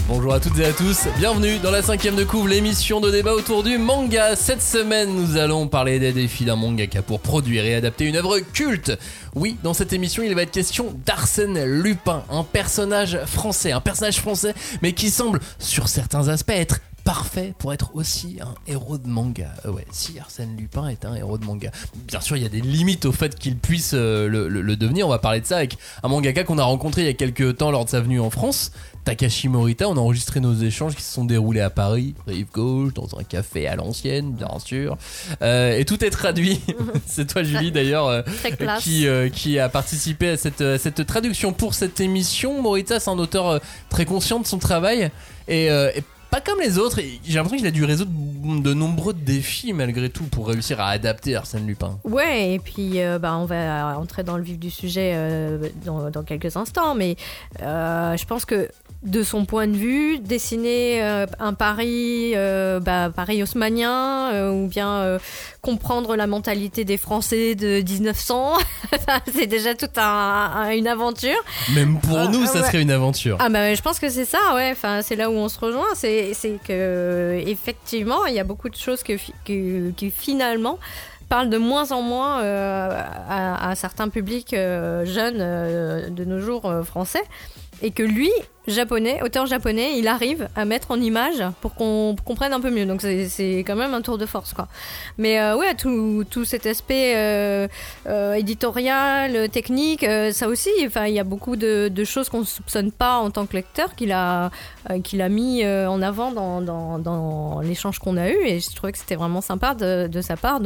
Bonjour à toutes et à tous, bienvenue dans la 5ème de couve, l'émission de débat autour du manga. Cette semaine, nous allons parler des défis d'un mangaka pour produire et adapter une œuvre culte. Oui, dans cette émission, il va être question d'Arsène Lupin, un personnage français, mais qui semble, sur certains aspects, être parfait pour être aussi un héros de manga. Ouais, si Arsène Lupin est un héros de manga. Bien sûr, il y a des limites au fait qu'il puisse le devenir. On va parler de ça avec un mangaka qu'on a rencontré il y a quelques temps lors de sa venue en France, Takashi Morita. On a enregistré nos échanges qui se sont déroulés à Paris, rive gauche, dans un café à l'ancienne, bien sûr. Et tout est traduit. C'est toi, Julie, d'ailleurs, qui a participé à cette traduction pour cette émission. Morita, c'est un auteur très conscient de son travail et pas comme les autres, j'ai l'impression qu'il a dû résoudre de nombreux défis malgré tout pour réussir à adapter Arsène Lupin. Ouais, et puis on va entrer dans le vif du sujet dans quelques instants, mais je pense que de son point de vue, dessiner un Paris haussmannien ou bien comprendre la mentalité des Français de 1900, c'est déjà toute une aventure. Même pour nous, ça serait une aventure. Ah bah je pense que c'est ça, ouais. Enfin, c'est là où on se rejoint, c'est que effectivement, il y a beaucoup de choses qui finalement parlent de moins en moins à certains publics jeunes de nos jours français. Et que lui, auteur japonais, il arrive à mettre en image pour qu'on comprenne un peu mieux. Donc c'est quand même un tour de force, quoi. Mais ouais, tout cet aspect éditorial, technique, ça aussi, enfin, il y a beaucoup de choses qu'on ne soupçonne pas en tant que lecteur qu'il a mis en avant dans l'échange qu'on a eu. Et je trouvais que c'était vraiment sympa de sa part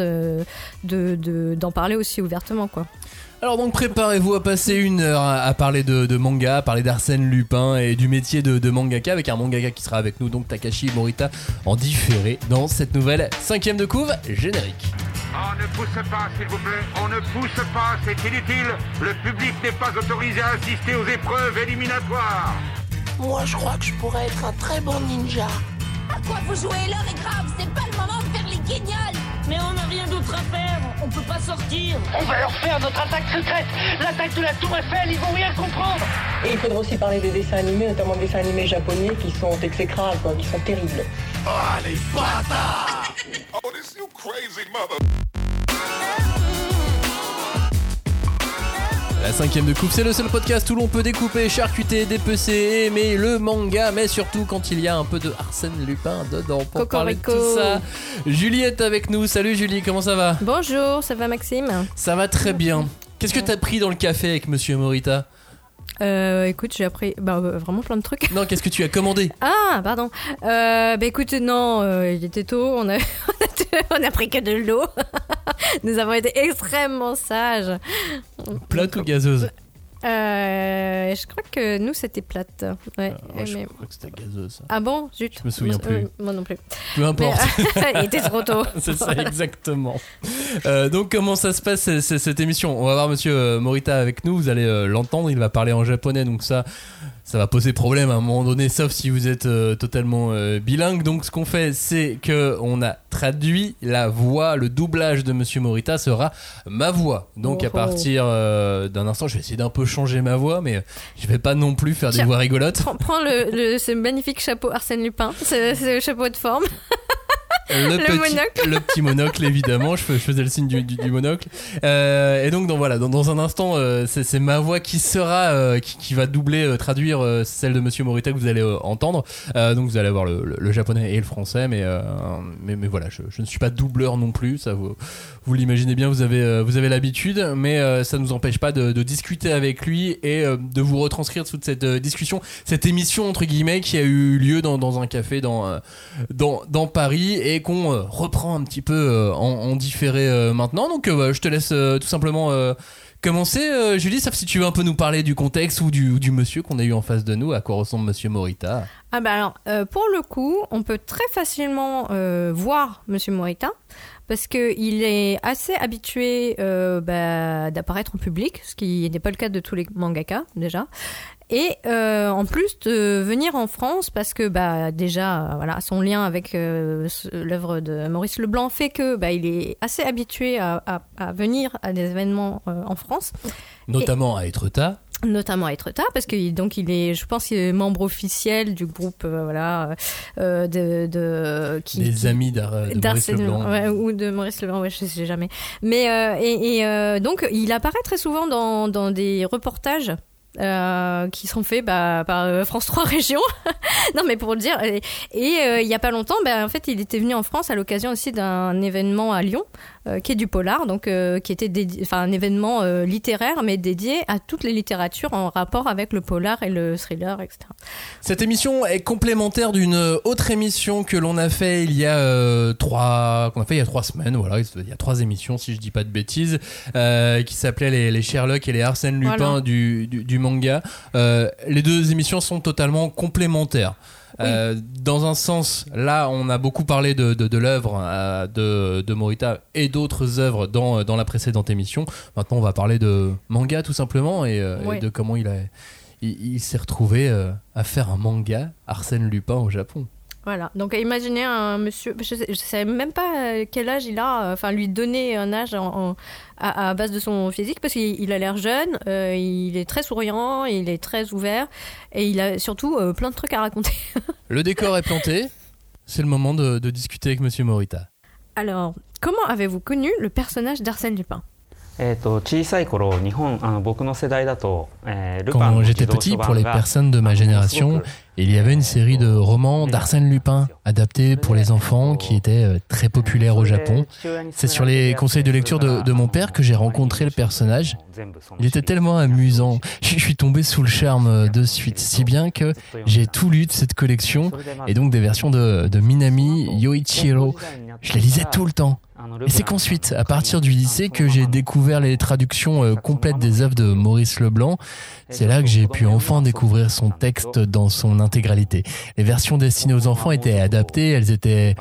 d'en parler aussi ouvertement, quoi. Alors donc préparez-vous à passer une heure à parler de manga, à parler d'Arsène Lupin et du métier de mangaka avec un mangaka qui sera avec nous, donc Takashi Morita, en différé dans cette nouvelle 5ème de couve générique. On ne pousse pas, s'il vous plaît, on ne pousse pas, c'est inutile. Le public n'est pas autorisé à assister aux épreuves éliminatoires. Moi, je crois que je pourrais être un très bon ninja. À quoi vous jouez? L'heure est grave, c'est pas le moment de faire les guignols. Mais on n'a rien d'autre à faire, on peut pas sortir. On va leur faire notre attaque secrète, l'attaque de la Tour Eiffel, ils vont rien comprendre. Et il faudra aussi parler des dessins animés, notamment des dessins animés japonais qui sont exécrables, quoi, qui sont terribles. Oh, les bâtards! Oh, this you crazy mother... La 5ème de couve, c'est le seul podcast où l'on peut découper, charcuter, dépecer, aimer le manga, mais surtout quand il y a un peu de Arsène Lupin dedans pour parler de tout ça. Julie est avec nous. Salut Julie, comment ça va? Bonjour, ça va Maxime? Ça va très bien. Qu'est-ce que t'as pris dans le café avec Monsieur Morita? Écoute, j'ai appris vraiment plein de trucs. Non, qu'est-ce que tu as commandé? Ah, pardon. Écoute, non, il était tôt, on a pris que de l'eau. Nous avons été extrêmement sages. Plate ou gazeuse? Je crois que nous c'était plate. Ouais, je crois que c'était gazeuse. Ah bon? Zut. Je me souviens plus. Moi non plus. Peu importe. Il était trop tôt. C'est ça, exactement. Donc comment ça se passe cette émission? On va voir Monsieur Morita avec nous. Vous allez l'entendre. Il va parler en japonais, donc ça va poser problème à un moment donné, sauf si vous êtes totalement bilingue. Donc ce qu'on fait, c'est que on a traduit la voix, le doublage de Monsieur Morita sera ma voix. Donc à partir d'un instant, je vais essayer d'un peu changer ma voix, mais je vais pas non plus faire des voix rigolotes. Prends ce magnifique chapeau Arsène Lupin, ce chapeau de forme. Le petit monocle, évidemment. Je faisais le signe du monocle. Et donc, dans un instant, c'est ma voix qui sera qui va doubler, traduire celle de Monsieur Morita que vous allez entendre. Donc, vous allez avoir le japonais et le français, mais voilà, je ne suis pas doubleur non plus. Ça, vous l'imaginez bien, vous avez l'habitude, mais ça ne nous empêche pas de discuter avec lui et de vous retranscrire toute cette discussion, cette émission entre guillemets qui a eu lieu dans un café dans Paris et qu'on reprend un petit peu en différé maintenant. Donc je te laisse tout simplement commencer, Julie, sauf si tu veux un peu nous parler du contexte ou du monsieur qu'on a eu en face de nous, à quoi ressemble Monsieur Morita. Ah bah alors, pour le coup, on peut très facilement voir Monsieur Morita parce qu'il est assez habitué d'apparaître en public, ce qui n'est pas le cas de tous les mangaka déjà. Et en plus de venir en France parce que déjà son lien avec l'œuvre de Maurice Leblanc fait que il est assez habitué à venir à des événements en France. Notamment à Étretat. notamment à Etretat, parce que donc il est, je pense, qu'il est membre officiel du groupe, des amis Maurice Leblanc, ou de Maurice Leblanc, je sais jamais. Mais donc il apparaît très souvent dans des reportages. Qui sont faits par France 3 Régions. Non, mais pour le dire. Et il y a pas longtemps, en fait, il était venu en France à l'occasion aussi d'un événement à Lyon, qui est du polar, donc qui était un événement littéraire, mais dédié à toutes les littératures en rapport avec le polar et le thriller, etc. Cette émission est complémentaire d'une autre émission que l'on a fait il y a 3 semaines. Voilà, il y a 3 émissions, si je dis pas de bêtises, qui s'appelaient les Sherlock et les Arsène Lupin du manga. Les 2 émissions sont totalement complémentaires. Oui. Dans un sens, là, on a beaucoup parlé de l'œuvre de Morita et d'autres œuvres dans la précédente émission. Maintenant, on va parler de manga tout simplement et de comment il s'est retrouvé à faire un manga Arsène Lupin au Japon. Voilà, donc imaginez un monsieur, je savais même pas quel âge il a, lui donner un âge à base de son physique, parce qu'il a l'air jeune, il est très souriant, il est très ouvert, et il a surtout plein de trucs à raconter. Le décor est planté, c'est le moment de discuter avec monsieur Morita. Alors, comment avez-vous connu le personnage d'Arsène Lupin ? Quand j'étais petit, pour les personnes de ma génération, il y avait une série de romans d'Arsène Lupin adaptés pour les enfants qui étaient très populaires au Japon. C'est sur les conseils de lecture de mon père que j'ai rencontré le personnage. Il était tellement amusant. Je suis tombé sous le charme de suite, si bien que j'ai tout lu de cette collection et donc des versions de Minami Yoichiro. Je les lisais tout le temps. Et c'est qu'ensuite, à partir du lycée, que j'ai découvert les traductions complètes des œuvres de Maurice Leblanc. C'est là que j'ai pu enfin découvrir son texte dans son intégralité. Les versions destinées aux enfants étaient adaptées, elles étaient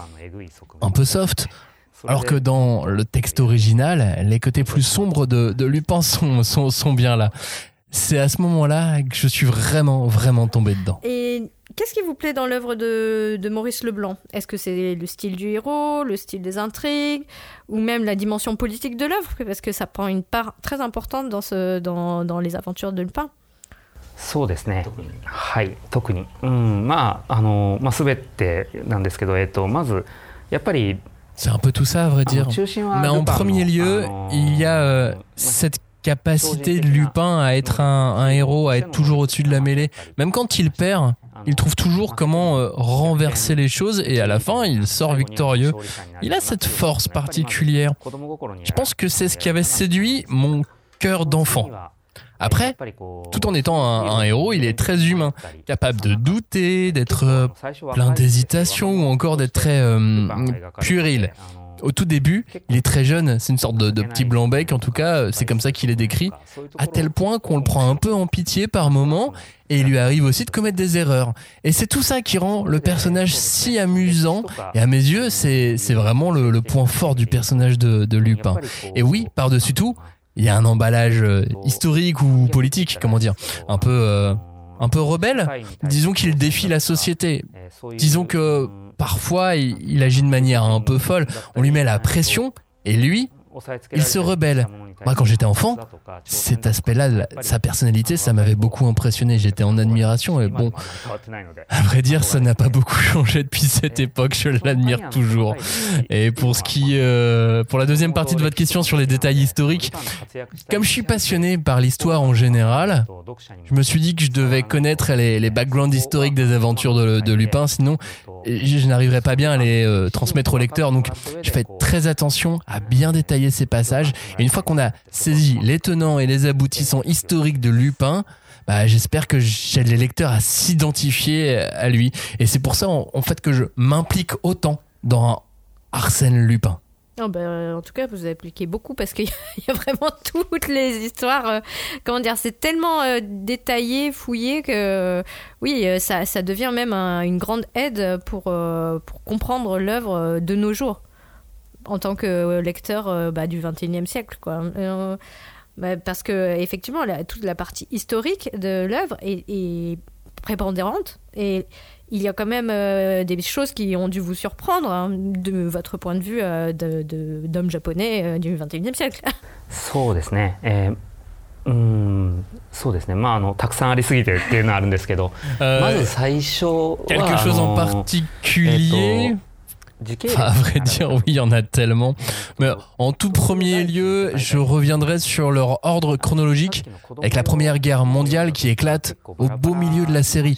un peu soft. Alors que dans le texte original, les côtés plus sombres de Lupin sont bien là. C'est à ce moment-là que je suis vraiment tombé dedans. Et qu'est-ce qui vous plaît dans l'œuvre de Maurice Leblanc ? Est-ce que c'est le style du héros, le style des intrigues, ou même la dimension politique de l'œuvre ? Parce que ça prend une part très importante dans les aventures de Lupin. そうですね。はい、特に。全てなんですけど、まずやっぱり。 C'est un peu tout ça, à vrai dire. Mais en premier lieu, il y a cette capacité de Lupin à être un héros, à être toujours au-dessus de la mêlée. Même quand il perd, il trouve toujours comment renverser les choses et à la fin, il sort victorieux. Il a cette force particulière. Je pense que c'est ce qui avait séduit mon cœur d'enfant. Après, tout en étant un héros, il est très humain, capable de douter, d'être plein d'hésitation ou encore d'être très puéril. Au tout début, il est très jeune, c'est une sorte de petit blanc-bec, en tout cas, c'est comme ça qu'il est décrit, à tel point qu'on le prend un peu en pitié par moments, et il lui arrive aussi de commettre des erreurs. Et c'est tout ça qui rend le personnage si amusant, et à mes yeux, c'est vraiment le point fort du personnage de Lupin. Et oui, par-dessus tout, il y a un emballage historique ou politique, comment dire, un peu rebelle. Disons qu'il défie la société. Disons que parfois, il agit de manière un peu folle. On lui met la pression et lui, il se rebelle. Moi, quand j'étais enfant, cet aspect-là de sa personnalité, ça m'avait beaucoup impressionné. J'étais en admiration et bon, à vrai dire, ça n'a pas beaucoup changé depuis cette époque. Je l'admire toujours. Et pour la deuxième partie de votre question sur les détails historiques, comme je suis passionné par l'histoire en général, je me suis dit que je devais connaître les backgrounds historiques des aventures de Lupin, sinon je n'arriverais pas bien à les transmettre au lecteur. Donc, je fais très attention à bien détailler ces passages. Et une fois qu'on a saisi les tenants et les aboutissants historiques de Lupin, j'espère que j'aide les lecteurs à s'identifier à lui. Et c'est pour ça, en fait, que je m'implique autant dans Arsène Lupin. Oh en tout cas, vous appliquez beaucoup parce qu'il y a vraiment toutes les histoires. C'est tellement détaillé, fouillé que oui, ça devient même une grande aide pour comprendre l'œuvre de nos jours en tant que lecteur du XXIe siècle, quoi. Parce que effectivement, toute la partie historique de l'œuvre est prépondérante et il y a quand même des choses qui ont dû vous surprendre de votre point de vue d'homme japonais du XXIe siècle. そうですね。 そうですね。たくさんありすぎてっていうのはあるんですけど、まず最初は quelque chose en particulier. À vrai dire, oui, il y en a tellement. Mais en tout premier lieu, je reviendrai sur leur ordre chronologique avec la Première Guerre mondiale qui éclate au beau milieu de la série.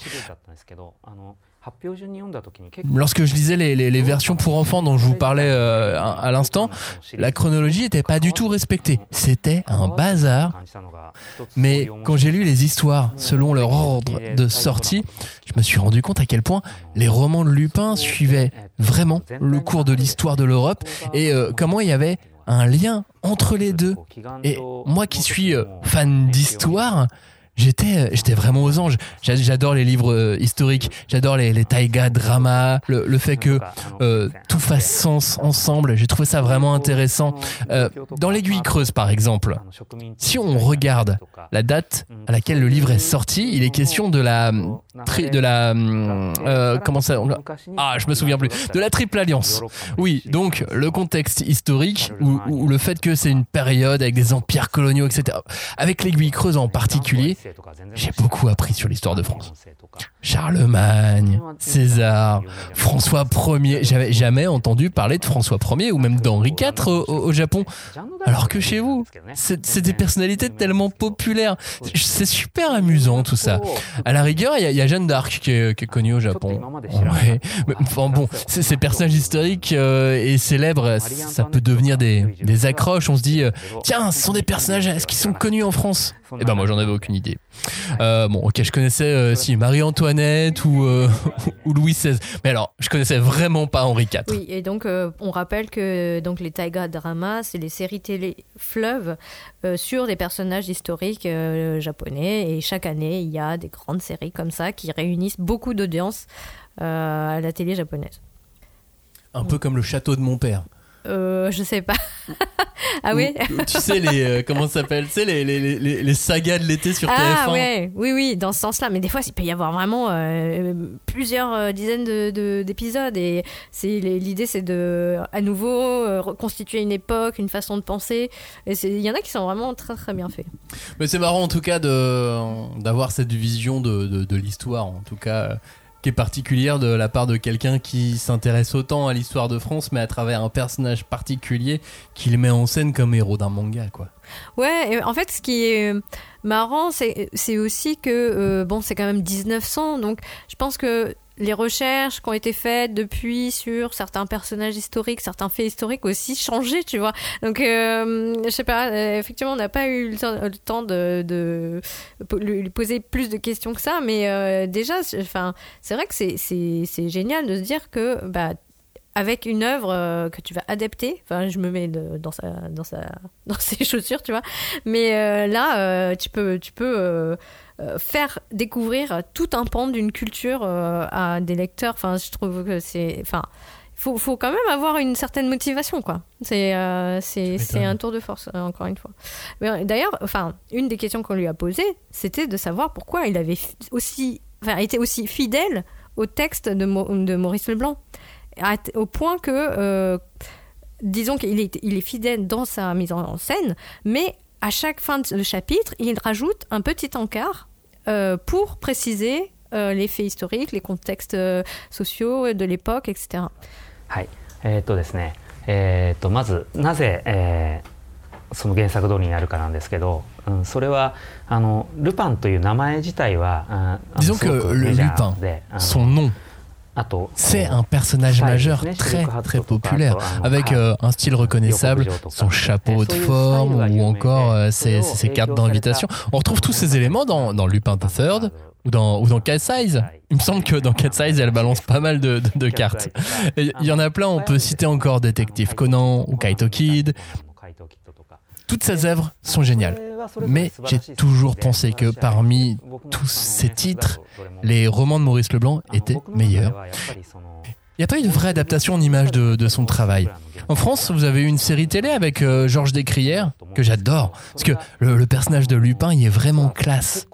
Lorsque je lisais les versions pour enfants dont je vous parlais à l'instant, la chronologie n'était pas du tout respectée. C'était un bazar. Mais quand j'ai lu les histoires selon leur ordre de sortie, je me suis rendu compte à quel point les romans de Lupin suivaient vraiment le cours de l'histoire de l'Europe et comment il y avait un lien entre les deux. Et moi qui suis fan d'histoire, j'étais vraiment aux anges. J'adore les livres historiques, j'adore les taïga dramas, le fait que tout fasse sens ensemble. J'ai trouvé ça vraiment intéressant. Dans l'Aiguille creuse, par exemple, si on regarde la date à laquelle le livre est sorti, il est question de la comment ça je me souviens plus. De la Triple Alliance. Oui, donc le contexte historique ou le fait que c'est une période avec des empires coloniaux, etc. Avec l'Aiguille creuse en particulier, j'ai beaucoup appris sur l'histoire de France. Charlemagne, César, François Ier. J'avais jamais entendu parler de François Ier ou même d'Henri IV au Japon. Alors que chez vous, c'est des personnalités tellement populaires. C'est super amusant tout ça. À la rigueur, il y a Jeanne d'Arc qui est connue au Japon. Ouais. Mais, enfin bon, ces personnages historiques et célèbres, ça peut devenir des accroches. On se dit, tiens, ce sont des personnages, est-ce qu'ils sont connus en France ? Eh ben moi, j'en avais aucune idée. Bon, ok, je connaissais Marie-Antoinette ou Louis XVI. Mais alors, je connaissais vraiment pas Henri IV. Oui, et donc on rappelle que donc les taïga dramas, c'est les séries télé fleuves sur des personnages historiques japonais. Et chaque année, il y a des grandes séries comme ça qui réunissent beaucoup d'audience à la télé japonaise. Un peu comme le château de mon père. Je sais pas. Ah oui. Tu sais comment ça s'appelle ? Tu sais les sagas de l'été sur TF1. Ah ouais, oui, dans ce sens-là. Mais des fois, il peut y avoir vraiment plusieurs dizaines d'épisodes et l'idée, c'est de à nouveau reconstituer une époque, une façon de penser. Et il y en a qui sont vraiment très très bien faits. Mais c'est marrant en tout cas d'avoir cette vision de l'histoire, en tout cas. Qui est particulière de la part de quelqu'un qui s'intéresse autant à l'histoire de France, mais à travers un personnage particulier qu'il met en scène comme héros d'un manga, quoi. Ouais, et en fait, ce qui est marrant, c'est aussi que, c'est quand même 1900, donc je pense que les recherches qui ont été faites depuis sur certains personnages historiques, certains faits historiques aussi changé, tu vois. Donc, je sais pas, effectivement, on n'a pas eu le temps de lui poser plus de questions que ça, mais déjà, c'est vrai que c'est génial de se dire que, avec une œuvre que tu vas adapter, je me mets dans ses chaussures, tu vois, mais là, tu peux faire découvrir tout un pan d'une culture à des lecteurs. Je trouve que faut quand même avoir une certaine motivation, quoi. C'est un tour de force, encore une fois. Mais d'ailleurs, une des questions qu'on lui a posées, c'était de savoir pourquoi il avait été aussi fidèle au texte de Maurice Leblanc. Au point que, disons qu'il est fidèle dans sa mise en scène, mais à chaque fin de chapitre, il rajoute un petit encart pour préciser les faits historiques, les contextes sociaux de l'époque, etc. はい。ですね。まずなぜ、その原作通りになるかなんですけど、それはルパンという名前自体は Disons que le Lupin, son nom. C'est un personnage majeur très très populaire, avec un style reconnaissable, son chapeau de forme ou encore ses cartes d'invitation. On retrouve tous ces éléments dans Lupin the Third ou dans Cat Size. Il me semble que dans Cat Size, elle balance pas mal de cartes. Il y en a plein, on peut citer encore Détective Conan ou Kaito Kid. Toutes ces œuvres sont géniales, mais j'ai toujours pensé que parmi tous ces titres, les romans de Maurice Leblanc étaient meilleurs. Il n'y a pas eu de vraie adaptation en images de son travail. En France, vous avez eu une série télé avec Georges Descrières, que j'adore, parce que le personnage de Lupin y est vraiment classe.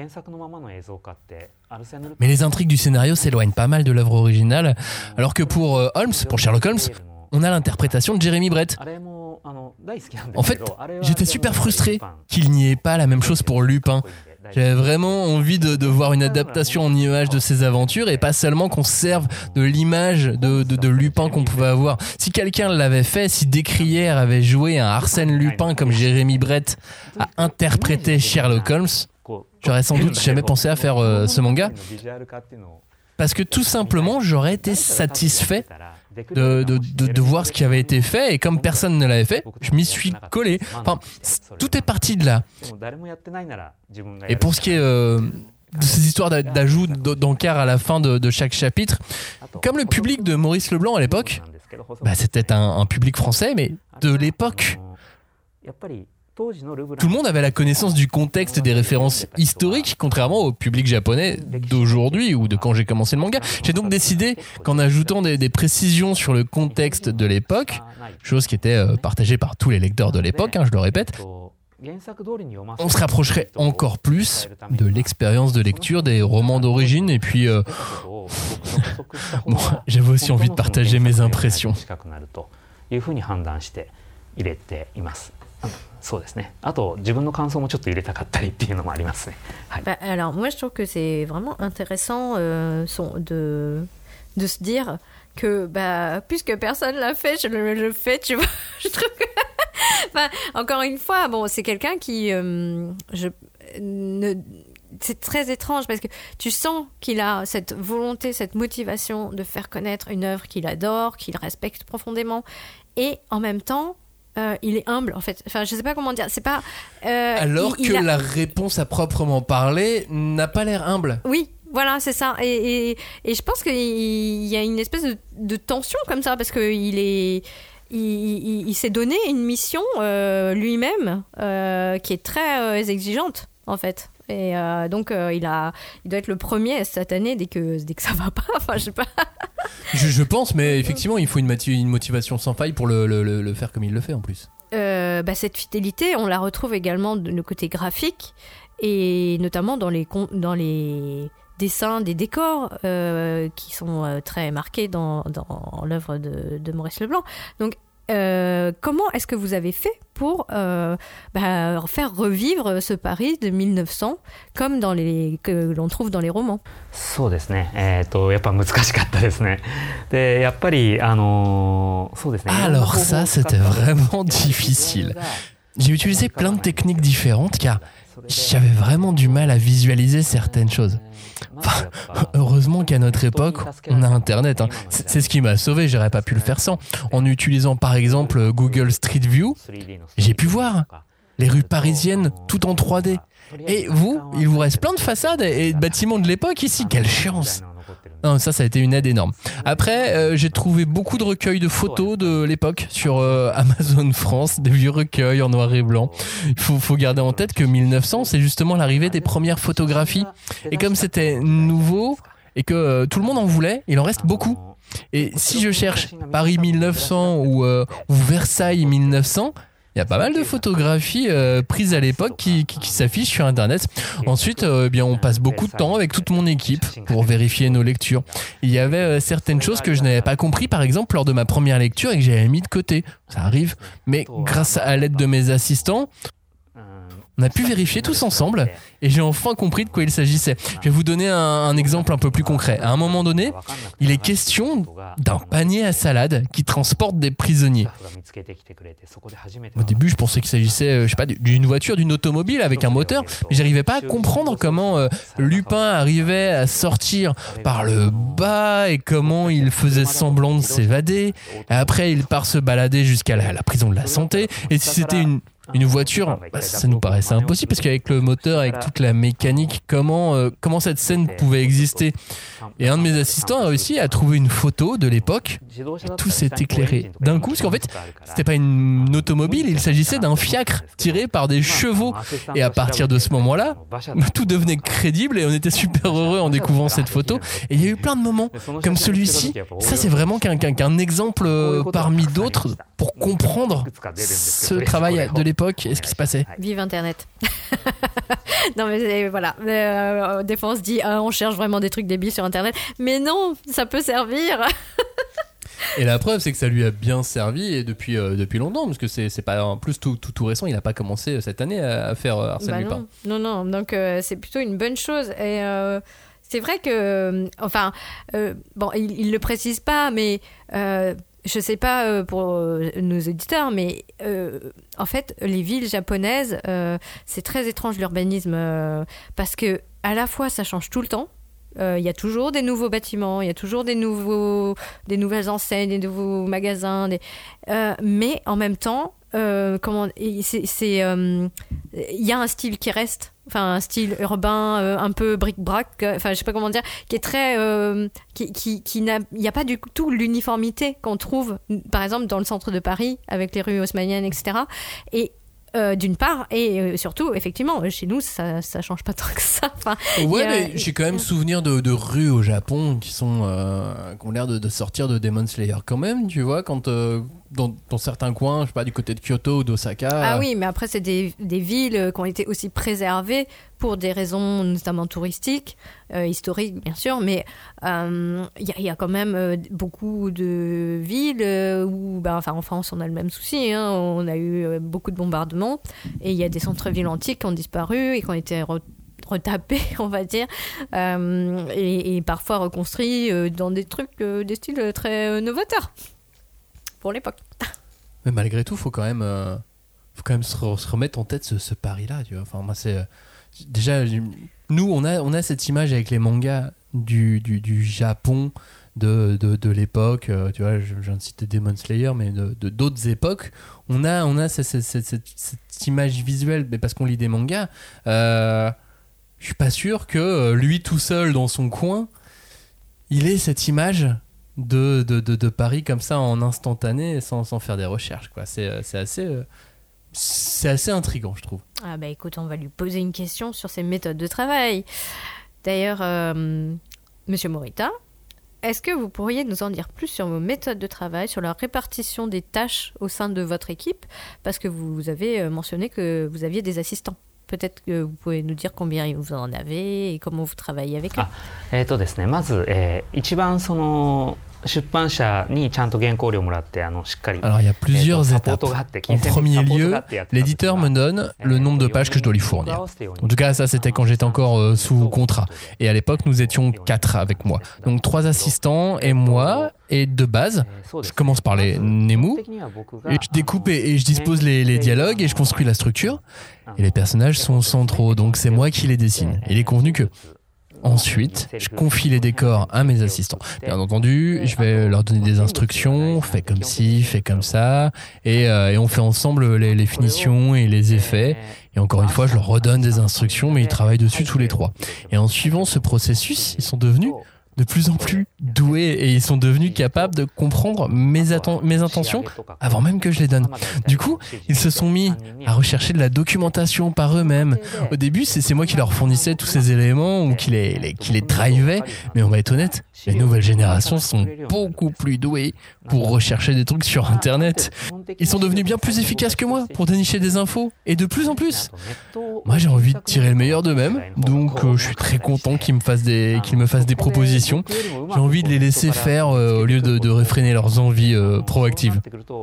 Mais les intrigues du scénario s'éloignent pas mal de l'œuvre originale, alors que pour Sherlock Holmes, on a l'interprétation de Jeremy Brett. En fait, j'étais super frustré qu'il n'y ait pas la même chose pour Lupin. J'avais vraiment envie de voir une adaptation en images de ces aventures et pas seulement qu'on serve de l'image de Lupin qu'on pouvait avoir. Si quelqu'un l'avait fait, si Descrières avait joué un Arsène Lupin comme Jérémy Brett a interprété Sherlock Holmes, j'aurais sans doute jamais pensé à faire ce manga. Parce que tout simplement, j'aurais été satisfait de voir ce qui avait été fait, et comme personne ne l'avait fait, je m'y suis collé. Enfin, tout est parti de là. Et pour ce qui est de ces histoires d'ajout d'encart à la fin de chaque chapitre, comme le public de Maurice Leblanc à l'époque, c'était un public français, mais de l'époque. Tout le monde avait la connaissance du contexte et des références historiques, contrairement au public japonais d'aujourd'hui ou de quand j'ai commencé le manga. J'ai donc décidé qu'en ajoutant des précisions sur le contexte de l'époque, chose qui était partagée par tous les lecteurs de l'époque, je le répète, on se rapprocherait encore plus de l'expérience de lecture des romans d'origine. Et puis, j'avais aussi envie de partager mes impressions. そうですね。あと自分の感想もちょっと入れたかったりっていうのもありますね。はい。 Alors moi je trouve que c'est vraiment intéressant de se dire que puisque personne l'a fait, je le fais, tu vois. Je trouve que encore une fois, c'est quelqu'un qui c'est très étrange parce que tu sens qu'il a cette volonté, cette motivation de faire connaître une œuvre qu'il adore, qu'il respecte profondément, et en même temps il est humble en fait. Enfin, je sais pas comment dire. C'est pas. Alors que la réponse à proprement parler n'a pas l'air humble. Oui, voilà, c'est ça. Et je pense qu'il y a une espèce de tension comme ça parce que il s'est donné une mission lui-même qui est très exigeante en fait. Et donc il doit être le premier cette année dès que ça va pas. Enfin, je sais pas. Je pense, mais effectivement, il faut une motivation sans faille pour le faire comme il le fait en plus. Cette fidélité, on la retrouve également de le côté graphique et notamment dans les dessins des décors qui sont très marqués dans l'œuvre de Maurice Leblanc. Donc comment est-ce que vous avez fait pour faire revivre ce Paris de 1900 comme que l'on trouve dans les romans? そうですね。やっぱ難しかったですね。で、やっぱりそうですね。 Alors ça, c'était vraiment difficile. J'ai utilisé plein de techniques différentes car j'avais vraiment du mal à visualiser certaines choses. Enfin, heureusement qu'à notre époque, on a Internet. C'est ce qui m'a sauvé, j'aurais pas pu le faire sans. En utilisant par exemple Google Street View, j'ai pu voir les rues parisiennes tout en 3D. Et vous, il vous reste plein de façades et de bâtiments de l'époque ici, quelle chance! Non, ça a été une aide énorme. Après, j'ai trouvé beaucoup de recueils de photos de l'époque sur Amazon France, des vieux recueils en noir et blanc. Il faut garder en tête que 1900, c'est justement l'arrivée des premières photographies. Et comme c'était nouveau et que tout le monde en voulait, il en reste beaucoup. Et si je cherche Paris 1900 ou Versailles 1900, il y a pas mal de photographies prises à l'époque qui s'affichent sur Internet. Ensuite, on passe beaucoup de temps avec toute mon équipe pour vérifier nos lectures. Il y avait certaines choses que je n'avais pas compris, par exemple, lors de ma première lecture et que j'avais mis de côté. Ça arrive. Mais grâce à l'aide de mes assistants, on a pu vérifier tous ensemble et j'ai enfin compris de quoi il s'agissait. Je vais vous donner un exemple un peu plus concret. À un moment donné, il est question d'un panier à salade qui transporte des prisonniers. Au début, je pensais qu'il s'agissait, d'une voiture, d'une automobile avec un moteur, mais j'arrivais pas à comprendre comment Lupin arrivait à sortir par le bas et comment il faisait semblant de s'évader. Et après, il part se balader jusqu'à la prison de la Santé. Et si c'était une voiture, ça nous paraissait impossible parce qu'avec le moteur, avec toute la mécanique, comment cette scène pouvait exister. Et un de mes assistants a réussi à trouver une photo de l'époque et tout s'est éclairé d'un coup parce qu'en fait c'était pas une automobile, il s'agissait d'un fiacre tiré par des chevaux. Et à partir de ce moment-là, tout devenait crédible et on était super heureux en découvrant cette photo. Et il y a eu plein de moments comme celui-ci. Ça, c'est vraiment qu'un exemple parmi d'autres pour comprendre ce travail de l'époque et ce qui se passait. Vive Internet. Non mais voilà, des fois on se dit on cherche vraiment des trucs débiles sur Internet, mais non, ça peut servir. Et la preuve, c'est que ça lui a bien servi et depuis longtemps, parce que c'est pas en plus tout récent. Il n'a pas commencé cette année à faire Arsène Lupin. Non. Donc c'est plutôt une bonne chose. Et c'est vrai que, bon, il le précise pas, mais je sais pas pour nos auditeurs, mais en fait, les villes japonaises, c'est très étrange l'urbanisme parce que à la fois ça change tout le temps. Il y a toujours des nouveaux bâtiments, il y a toujours des nouvelles enseignes, des nouveaux magasins, mais en même temps, il y a un style qui reste, enfin un style urbain un peu bric-brac, enfin je sais pas comment dire, qui est très, il n'y a pas du tout l'uniformité qu'on trouve, par exemple dans le centre de Paris avec les rues haussmanniennes, etc. Et d'une part, et surtout, effectivement, chez nous, ça change pas tant que ça. Enfin, mais j'ai quand même souvenir de rues au Japon qui ont l'air de sortir de Demon Slayer quand même, tu vois, quand dans certains coins, je sais pas, du côté de Kyoto ou d'Osaka. Ah oui, mais après, c'est des villes qui ont été aussi préservées pour des raisons notamment touristiques, historiques bien sûr, mais il y a quand même beaucoup de villes où, en France, on a le même souci, hein, on a eu beaucoup de bombardements et il y a des centres-villes antiques qui ont disparu et qui ont été retapés, on va dire, et parfois reconstruits dans des trucs, des styles très novateurs pour l'époque. Mais malgré tout, faut quand même se remettre en tête ce pari-là, tu vois. Enfin, moi, c'est déjà, nous, on a cette image avec les mangas du Japon de l'époque, tu vois, je viens de citer Demon Slayer, mais de d'autres époques, on a cette image visuelle, mais parce qu'on lit des mangas. Je suis pas sûr que lui tout seul dans son coin, il ait cette image de Paris comme ça en instantané sans faire des recherches, quoi. C'est assez intriguant, je trouve. Ah bah écoute, on va lui poser une question sur ses méthodes de travail. D'ailleurs, Monsieur Morita, est-ce que vous pourriez nous en dire plus sur vos méthodes de travail, sur la répartition des tâches au sein de votre équipe, parce que vous avez mentionné que vous aviez des assistants. Peut-être que vous pouvez nous dire combien vous en avez et comment vous travaillez avec eux. ですね、まず、一番その出版社にちゃんと原稿料もらってしっかり。 Alors il y a plusieurs étapes. En premier lieu, l'éditeur me donne le nombre de pages que je dois lui fournir. En tout cas, ça c'était quand j'étais encore sous contrat. Et à l'époque, nous étions 4 avec moi. Donc 3 assistants et moi. Et de base, je commence par les Nemu, et je découpe et je dispose les dialogues et je construis la structure. Et les personnages sont centraux, donc c'est moi qui les dessine. Il est convenu que ensuite, je confie les décors à mes assistants. Bien entendu, je vais leur donner des instructions, fais comme ci, fais comme ça, et on fait ensemble les finitions et les effets. Et encore une fois, je leur redonne des instructions, mais ils travaillent dessus tous les 3. Et en suivant ce processus, ils sont devenus de plus en plus doués et ils sont devenus capables de comprendre mes intentions avant même que je les donne. Du coup, ils se sont mis à rechercher de la documentation par eux-mêmes. Au début, c'est moi qui leur fournissais tous ces éléments ou qui les drivais, mais on va être honnête, les nouvelles générations sont beaucoup plus douées pour rechercher des trucs sur Internet. Ils sont devenus bien plus efficaces que moi pour dénicher des infos, et de plus en plus. Moi, j'ai envie de tirer le meilleur d'eux-mêmes, donc je suis très content qu'ils me fassent des propositions. J'ai envie de les laisser faire au lieu de réfréner leurs envies proactives.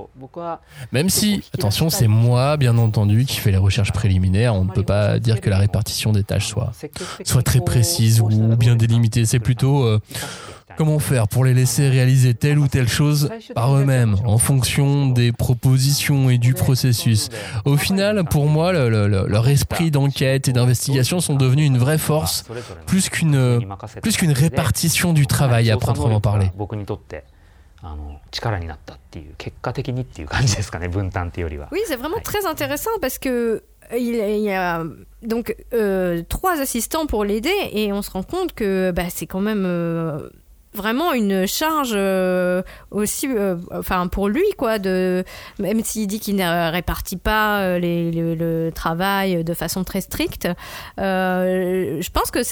Même si, attention, c'est moi, bien entendu, qui fais les recherches préliminaires. On ne peut pas dire que la répartition des tâches soit très précise ou bien délimitée. C'est plutôt comment faire pour les laisser réaliser telle ou telle chose par eux-mêmes, en fonction des propositions et du processus. Au final, pour moi, leur esprit d'enquête et d'investigation sont devenus une vraie force, plus qu'une répartition du travail à proprement parler. Oui, c'est vraiment très intéressant parce que il y a donc 3 assistants pour l'aider et on se rend compte que c'est quand même vraiment une charge aussi, pour lui, quoi, même s'il dit qu'il ne répartit pas le travail de façon très stricte. Je pense que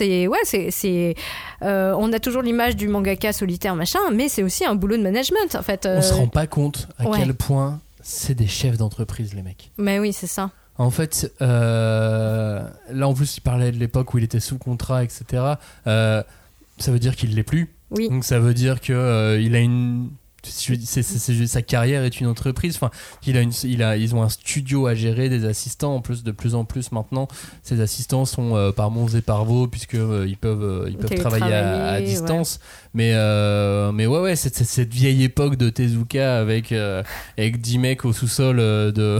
on a toujours l'image du mangaka solitaire, machin, mais c'est aussi un boulot de management, en fait. On se rend pas compte à quel point c'est des chefs d'entreprise, les mecs. Mais oui, c'est ça. En fait, là en plus, il parlait de l'époque où il était sous contrat, etc. Ça veut dire qu'il l'est plus. Oui. Donc ça veut dire qu'il a une sa carrière est une entreprise. Enfin, ils ont un studio à gérer, des assistants. En plus, de plus en plus maintenant, ces assistants sont par Mons et par Vaux, puisque ils peuvent travailler à distance. Ouais. Mais ouais, cette vieille époque de Tezuka avec 10 mecs au sous-sol de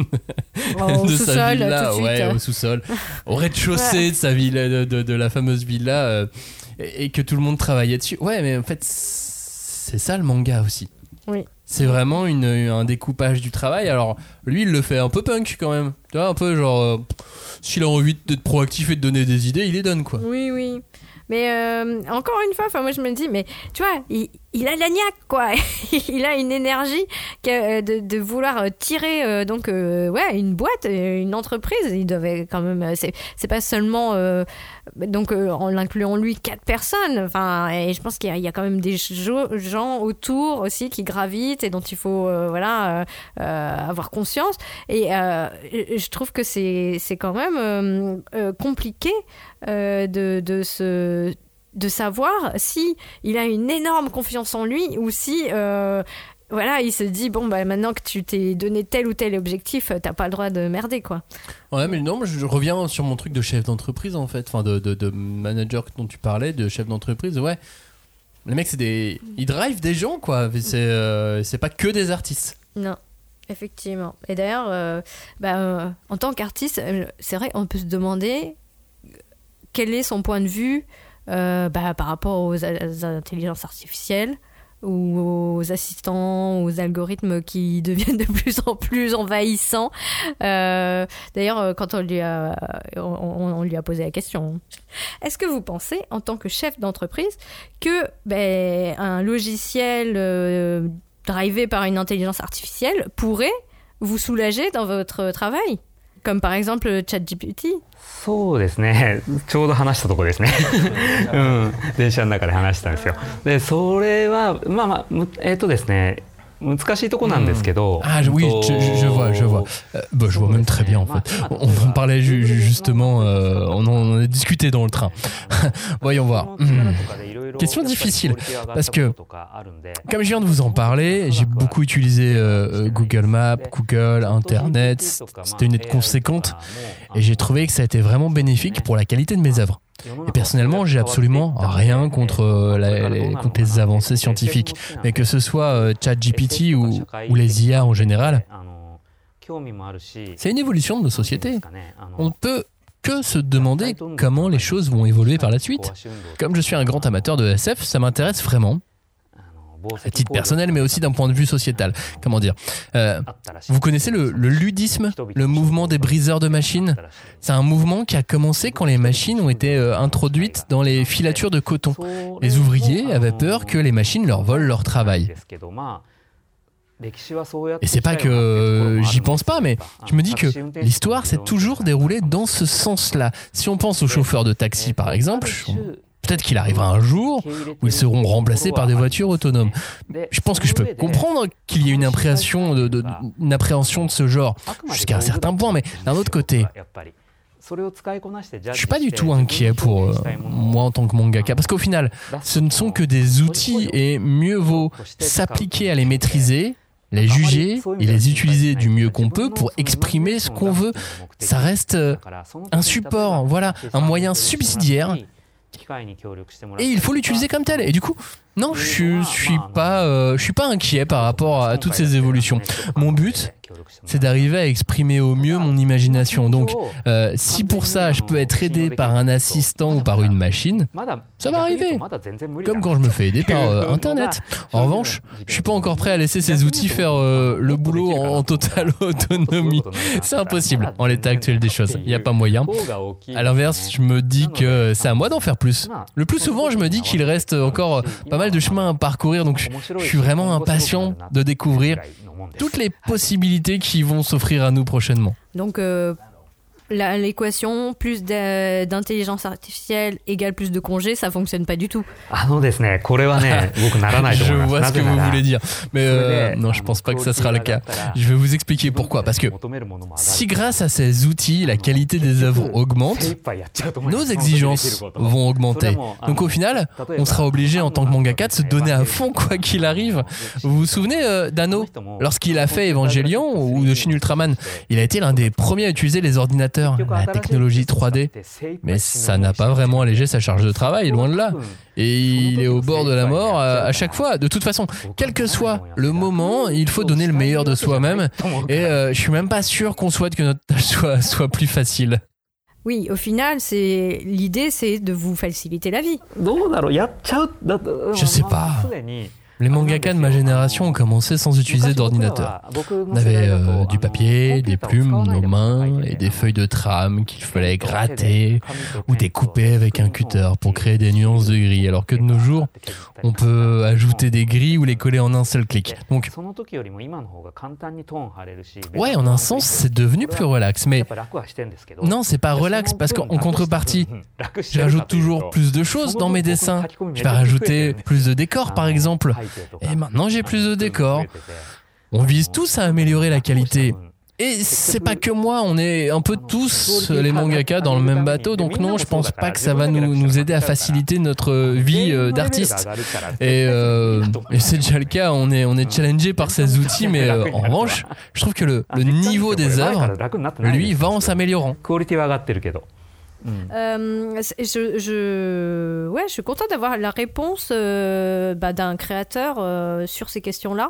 sa villa, au sous-sol, au rez-de-chaussée de sa villa, de la fameuse villa, et que tout le monde travaillait dessus. Ouais, mais en fait, c'est ça le manga aussi. Oui. C'est vraiment un découpage du travail. Alors lui, il le fait un peu punk quand même. Tu vois, un peu genre, s'il a envie d'être proactif et de donner des idées, il les donne, quoi. Oui. Mais encore une fois, moi je me dis, mais tu vois, il a la niaque, quoi. Il a une énergie de vouloir tirer une boîte, une entreprise. Il devait quand même. C'est pas seulement en l'incluant lui 4 personnes. Enfin, et je pense qu'il y a quand même des gens autour aussi qui gravitent et dont il faut avoir conscience. Et je trouve que c'est quand même compliqué de savoir si il a une énorme confiance en lui ou si il se dit maintenant que tu t'es donné tel ou tel objectif, t'as pas le droit de merder, quoi. Ouais, mais non, je reviens sur mon truc de chef d'entreprise, en fait, enfin de manager dont tu parlais, de chef d'entreprise. Ouais, les mecs, ils drivent des gens, quoi. C'est pas que des artistes. Non. Effectivement. Et d'ailleurs, en tant qu'artiste, c'est vrai, on peut se demander quel est son point de vue par rapport aux intelligences artificielles ou aux assistants, aux algorithmes qui deviennent de plus en plus envahissants. D'ailleurs, quand on lui a posé la question, est-ce que vous pensez, en tant que chef d'entreprise, que un logiciel drivé par une intelligence artificielle pourrait vous soulager dans votre travail ? Comme par exemple ChatGPT. そうですね。ちょうど話したところですね。電車の中で話したんですよ。で、それはですね。難しいとこなんですけど。 Ah oui, je vois. Je vois même très bien en fait. On en parlait justement, on en a discuté dans le train. Voyons voir. Question difficile parce que, comme je viens de vous en parler, j'ai beaucoup utilisé Google Maps, Google, Internet. C'était une aide conséquente et j'ai trouvé que ça a été vraiment bénéfique pour la qualité de mes œuvres. Et personnellement, j'ai absolument rien contre les avancées scientifiques, mais que ce soit ChatGPT ou les IA en général, c'est une évolution de nos sociétés. On ne peut que se demander comment les choses vont évoluer par la suite. Comme je suis un grand amateur de SF, ça m'intéresse vraiment. À titre personnel, mais aussi d'un point de vue sociétal. Comment dire vous connaissez le ludisme, le mouvement des briseurs de machines ? C'est un mouvement qui a commencé quand les machines ont été introduites dans les filatures de coton. Les ouvriers avaient peur que les machines leur volent leur travail. Et c'est pas que j'y pense pas, mais je me dis que l'histoire s'est toujours déroulée dans ce sens-là. Si on pense aux chauffeurs de taxi, par exemple, peut-être qu'il arrivera un jour où ils seront remplacés par des voitures autonomes. Je pense que je peux comprendre qu'il y ait une appréhension de ce genre, jusqu'à un certain point, mais d'un autre côté, je suis pas du tout inquiet pour moi en tant que mangaka, parce qu'au final, ce ne sont que des outils et mieux vaut s'appliquer à les maîtriser, les juger et les utiliser du mieux qu'on peut pour exprimer ce qu'on veut. Ça reste un support, voilà, un moyen subsidiaire. Et il faut l'utiliser comme tel. Et du coup, non, je suis pas inquiet par rapport à toutes ces évolutions. Mon but, c'est d'arriver à exprimer au mieux mon imagination. Donc, si pour ça, je peux être aidé par un assistant ou par une machine, ça va arriver. Comme quand je me fais aider par Internet. En revanche, je suis pas encore prêt à laisser ces outils faire le boulot en totale autonomie. C'est impossible en l'état actuel des choses. Il n'y a pas moyen. À l'inverse, je me dis que c'est à moi d'en faire plus. Le plus souvent, je me dis qu'il reste encore pas mal de chemin à parcourir. Donc, je suis vraiment impatient de découvrir toutes les possibilités qui vont s'offrir à nous prochainement. Donc, l'équation plus d'intelligence artificielle égale plus de congés, ça fonctionne pas du tout. ですね、これはね、僕ならないと思います。 Je vois ce que vous voulez dire, mais non, je pense pas que ça sera le cas. Je vais vous expliquer pourquoi. Parce que si grâce à ces outils, la qualité des œuvres augmente, nos exigences vont augmenter. Donc au final, on sera obligé en tant que mangaka de se donner à fond quoi qu'il arrive. Vous vous souvenez d'Anno, lorsqu'il a fait Evangelion ou de Shin Ultraman, il a été l'un des premiers à utiliser les ordinateurs, la technologie 3D. Mais ça n'a pas vraiment allégé sa charge de travail, loin de là. Et il est au bord de la mort à chaque fois. De toute façon, quel que soit le moment, il faut donner le meilleur de soi-même. Et je suis même pas sûr qu'on souhaite que notre tâche soit plus facile. Oui, au final, l'idée, c'est de vous faciliter la vie. Je sais pas. Les mangakas de ma génération ont commencé sans utiliser d'ordinateur. On avait du papier, des plumes, nos mains et des feuilles de trame qu'il fallait gratter ou découper avec un cutter pour créer des nuances de gris. Alors que de nos jours, on peut ajouter des gris ou les coller en un seul clic. Donc, ouais, en un sens, c'est devenu plus relax. Mais non, c'est pas relax parce qu'en contrepartie, je rajoute toujours plus de choses dans mes dessins. Je vais rajouter plus de décors, par exemple. Et maintenant, j'ai plus de décors. On vise tous à améliorer la qualité. Et c'est pas que moi, on est un peu tous les mangakas dans le même bateau, donc non, je pense pas que ça va nous aider à faciliter notre vie d'artiste. Et c'est déjà le cas, on est challengé par ces outils, mais en revanche, je trouve que le niveau des œuvres, lui, va en s'améliorant. Je suis contente d'avoir la réponse d'un créateur sur ces questions-là.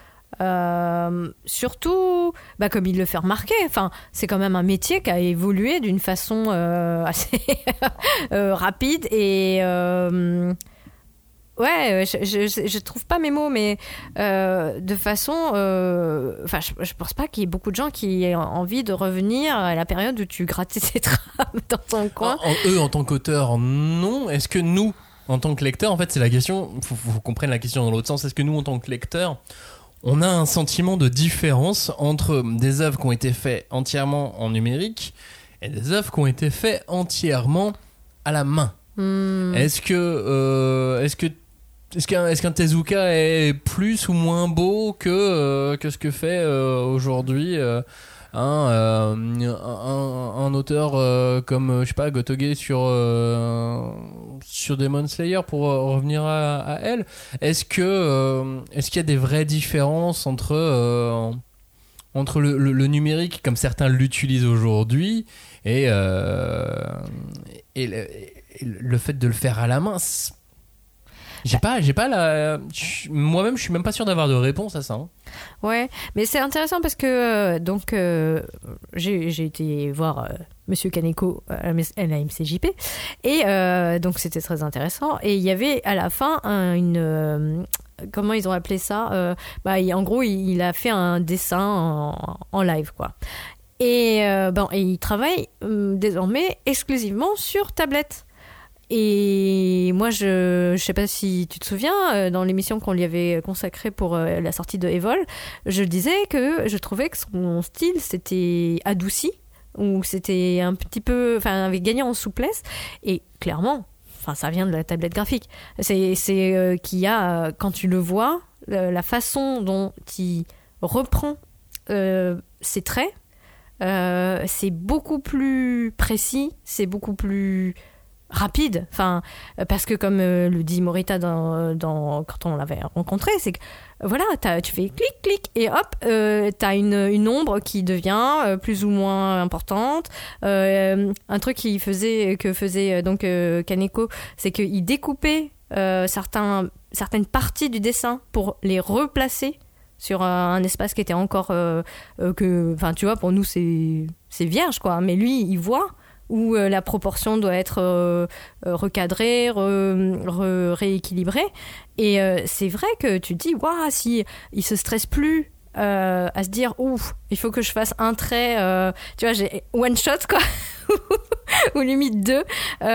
Surtout, comme il le fait remarquer, c'est quand même un métier qui a évolué d'une façon assez rapide et je trouve pas mes mots, mais de façon, je pense pas qu'il y ait beaucoup de gens qui aient envie de revenir à la période où tu grattais tes trames dans ton coin. Eux, en tant qu'auteurs, non. Est-ce que nous, en tant que lecteurs, en fait, c'est la question. Faut qu'on prenne la question dans l'autre sens. Est-ce que nous, en tant que lecteurs, on a un sentiment de différence entre des œuvres qui ont été faites entièrement en numérique et des œuvres qui ont été faites entièrement à la main? Est-ce qu'un Tezuka est plus ou moins beau que ce que fait aujourd'hui un auteur comme Gotoge sur Demon Slayer, pour revenir à elle? Est-ce qu'il y a des vraies différences entre le numérique comme certains l'utilisent aujourd'hui et le fait de le faire à la main? Moi-même, je suis même pas sûr d'avoir de réponse à ça. Ouais, mais c'est intéressant parce que j'ai été voir Monsieur Kaneko à la MCJP et donc c'était très intéressant. Et il y avait à la fin comment ils ont appelé ça, en gros, il a fait un dessin en live, quoi. Et il travaille désormais exclusivement sur tablette. Et moi, je sais pas si tu te souviens, dans l'émission qu'on lui avait consacrée pour la sortie de Evol, je disais que je trouvais que son style s'était adouci, ou c'était un petit peu, avait gagné en souplesse. Et clairement, ça vient de la tablette graphique. C'est qu'il y a, quand tu le vois, la façon dont il reprend ses traits, c'est beaucoup plus précis, c'est beaucoup plus rapide, parce que comme le dit Morita quand on l'avait rencontré, c'est que voilà, tu fais clic clic et hop, t'as une ombre qui devient plus ou moins importante. Un truc que faisait donc Kaneko, c'est qu'il découpait certaines parties du dessin pour les replacer sur un espace qui était encore tu vois, pour nous c'est vierge, quoi, mais lui il voit où la proportion doit être recadrée, rééquilibrée. Et c'est vrai que tu te dis, waouh, si il se stresse plus à se dire, ouf, il faut que je fasse un trait, tu vois, j'ai one shot, quoi, ou limite 2,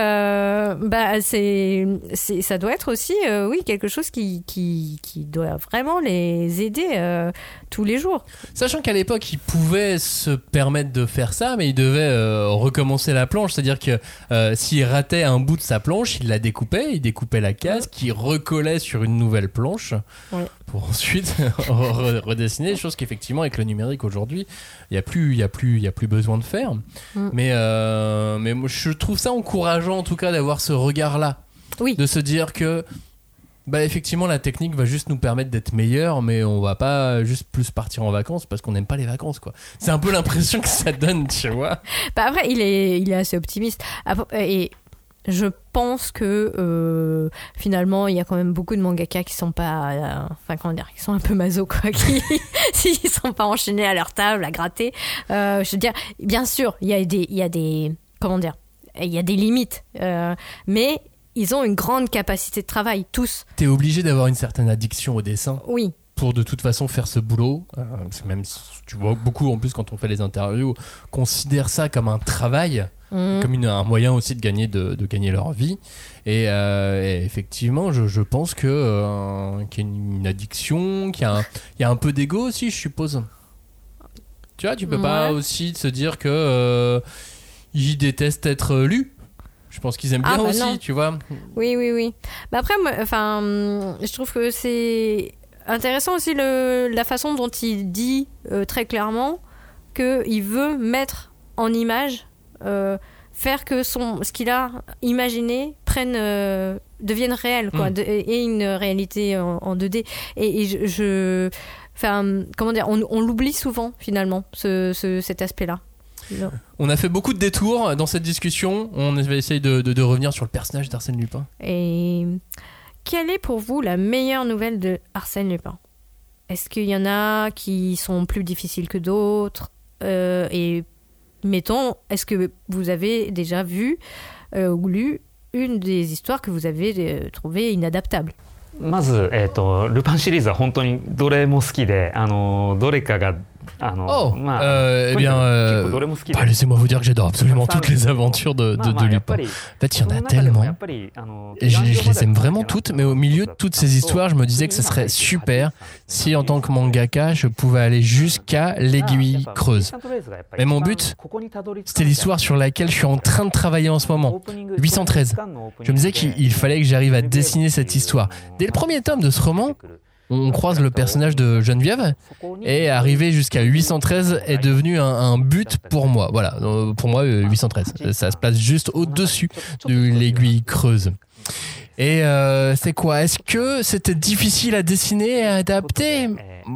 ça doit être aussi quelque chose qui doit vraiment les aider tous les jours. Sachant qu'à l'époque, ils pouvaient se permettre de faire ça, mais ils devaient recommencer la planche. C'est-à-dire que s'il ratait un bout de sa planche, il la découpait, il découpait la case, qu'il recollait sur une nouvelle planche, pour ensuite redessiner. Chose qu'effectivement, avec le numérique aujourd'hui, il y a plus besoin de faire. Mais moi, je trouve ça encourageant en tout cas d'avoir ce regard-là, de se dire que effectivement la technique va juste nous permettre d'être meilleurs, mais on va pas juste plus partir en vacances parce qu'on n'aime pas les vacances, quoi. C'est un peu l'impression que ça donne, tu vois. Après il est assez optimiste et je pense que finalement il y a quand même beaucoup de mangaka qui sont pas qui sont un peu maso, quoi, qui s'ils sont pas enchaînés à leur table à gratter. Je veux dire, bien sûr il y a des limites, mais ils ont une grande capacité de travail, tous. T'es obligé d'avoir une certaine addiction au dessin. Oui. Pour de toute façon faire ce boulot. Même si tu vois beaucoup, en plus, quand on fait les interviews, considèrent ça comme un travail, comme un moyen aussi de gagner leur vie. Et effectivement, je pense qu'il y a une addiction, qu'il y a un peu d'ego aussi, je suppose. Tu vois, tu peux pas aussi se dire que ils détestent être lus. Je pense qu'ils aiment bien aussi, non. Tu vois. Oui. Après, je trouve que c'est intéressant aussi la façon dont il dit très clairement qu'il veut mettre en image, faire que ce qu'il a imaginé devienne réel, quoi, et une réalité en 2D. Et on l'oublie souvent finalement, cet aspect-là. Non. On a fait beaucoup de détours dans cette discussion. On va essayer de revenir sur le personnage d'Arsène Lupin. Et quelle est pour vous la meilleure nouvelle de Arsène Lupin ? Est-ce qu'il y en a qui sont plus difficiles que d'autres ? Et mettons, est-ce que vous avez déjà vu ou lu une des histoires que vous avez trouvées inadaptables ? まず、ルパンシリーズは本当にどれも好きで、どれかが laissez-moi vous dire que j'adore absolument toutes les aventures de Lupin. En fait, il y en a tellement. Et je les aime vraiment toutes, mais au milieu de toutes ces histoires, je me disais que ce serait super si, en tant que mangaka, je pouvais aller jusqu'à l'Aiguille Creuse. Mais mon but, c'était l'histoire sur laquelle je suis en train de travailler en ce moment, 813. Je me disais qu'il fallait que j'arrive à dessiner cette histoire. Dès le premier tome de ce roman, on croise le personnage de Geneviève et arriver jusqu'à 813 est devenu un but pour moi. Voilà, pour moi 813, ça se place juste au-dessus de l'Aiguille Creuse. Et c'est quoi ? Est-ce que c'était difficile à dessiner et à adapter ?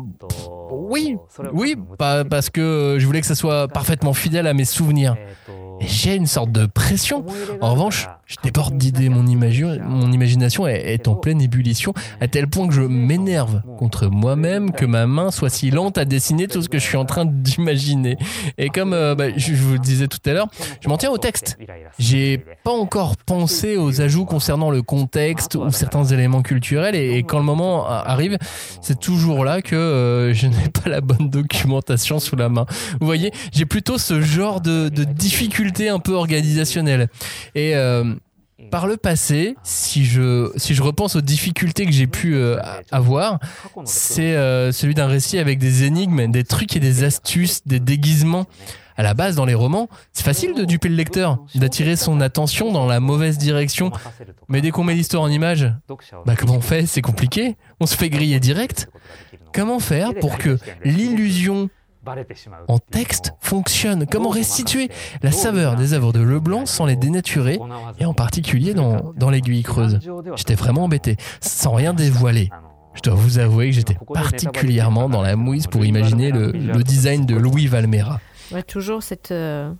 Oui, parce que je voulais que ça soit parfaitement fidèle à mes souvenirs. Et j'ai une sorte de pression. En revanche, je déborde d'idées. Mon imagination est en pleine ébullition, à tel point que je m'énerve contre moi-même que ma main soit si lente à dessiner tout ce que je suis en train d'imaginer. Et comme je vous le disais tout à l'heure, je m'en tiens au texte. J'ai pas encore pensé aux ajouts concernant le contexte ou certains éléments culturels, et quand le moment arrive, c'est toujours là que je n'ai pas la bonne documentation sous la main. Vous voyez, j'ai plutôt ce genre de difficulté un peu organisationnelle. Et par le passé, si je repense aux difficultés que j'ai pu avoir, c'est celui d'un récit avec des énigmes, des trucs et des astuces, des déguisements. À la base, dans les romans, c'est facile de duper le lecteur, d'attirer son attention dans la mauvaise direction. Mais dès qu'on met l'histoire en image, comment on fait ? C'est compliqué. On se fait griller direct. Comment faire pour que l'illusion en texte fonctionne ? Comment restituer la saveur des œuvres de Leblanc sans les dénaturer, et en particulier dans l'Aiguille Creuse ? J'étais vraiment embêté, sans rien dévoiler. Je dois vous avouer que j'étais particulièrement dans la mouise pour imaginer le design de Louis Valmera. Ouais, toujours cette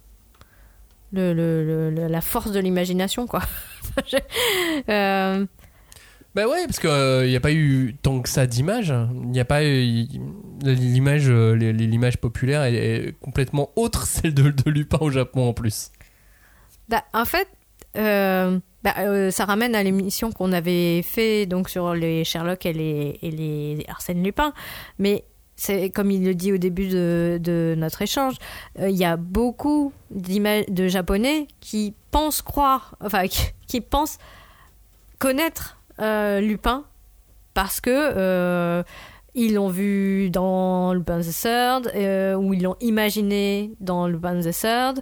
la force de l'imagination, quoi. Ouais, parce qu'il n'y a pas eu tant que ça d'images. Il n'y a pas eu l'image populaire est complètement autre, celle de Lupin au Japon en plus. En fait, ça ramène à l'émission qu'on avait fait donc sur les Sherlock et les Arsène Lupin. Mais c'est comme il le dit au début de notre échange, il y a beaucoup de Japonais qui pensent qui pensent connaître Lupin parce que ils l'ont vu dans Lupin the Third, ou ils l'ont imaginé dans Lupin the Third,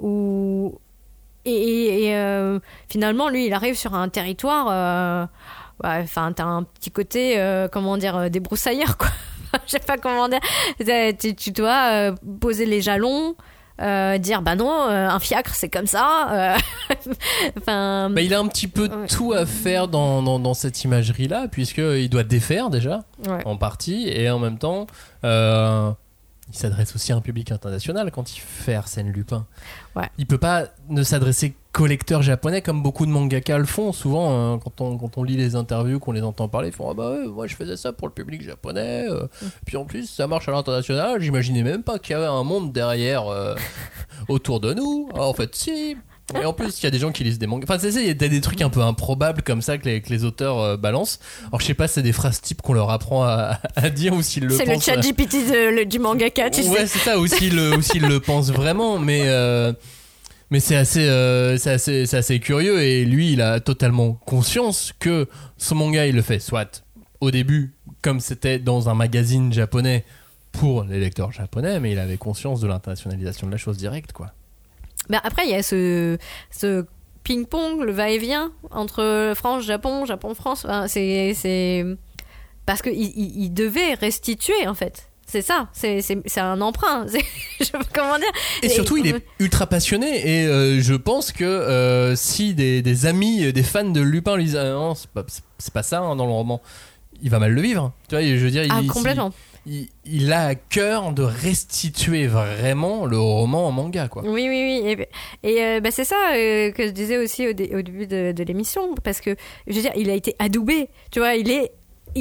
et finalement, lui, il arrive sur un territoire. Enfin, t'as un petit côté, débroussailleur, quoi. Je sais pas comment dire. Tu dois poser les jalons. Dire non, un fiacre c'est comme ça. Enfin, il a un petit peu tout à faire dans cette imagerie là, puisqu'il doit défaire déjà en partie, et en même temps il s'adresse aussi à un public international quand il fait Arsène Lupin. Il peut pas ne s'adresser qu'aux lecteurs japonais comme beaucoup de mangaka le font souvent. Quand on lit les interviews, qu'on les entend parler, ils font moi je faisais ça pour le public japonais, puis en plus ça marche à l'international, j'imaginais même pas qu'il y avait un monde derrière autour de nous. En fait si. Et en plus, il y a des gens qui lisent des mangas. Enfin, il y a des trucs un peu improbables comme ça que les auteurs balancent. Alors, je sais pas si c'est des phrases types qu'on leur apprend à dire ou s'ils le pensent. C'est le chat GPT du mangaka, tu sais. Ouais, c'est ça, ou s'ils le pensent vraiment. Mais c'est assez curieux. Et lui, il a totalement conscience que son manga, il le fait soit au début, comme c'était dans un magazine japonais pour les lecteurs japonais, mais il avait conscience de l'internationalisation de la chose directe, quoi. Après, il y a ce ping-pong, le va-et-vient entre France, Japon, France. Enfin, c'est parce qu'il devait restituer, en fait. C'est ça, c'est un emprunt. Comment dire ? Et surtout, il est ultra passionné. Et je pense que si des amis, des fans de Lupin lui disent non, c'est pas ça dans le roman, il va mal le vivre. Tu vois, je veux dire, complètement. Il a à cœur de restituer vraiment le roman en manga, quoi. Oui. Et c'est ça que je disais aussi au début de l'émission, parce que je veux dire, il a été adoubé. Tu vois, il est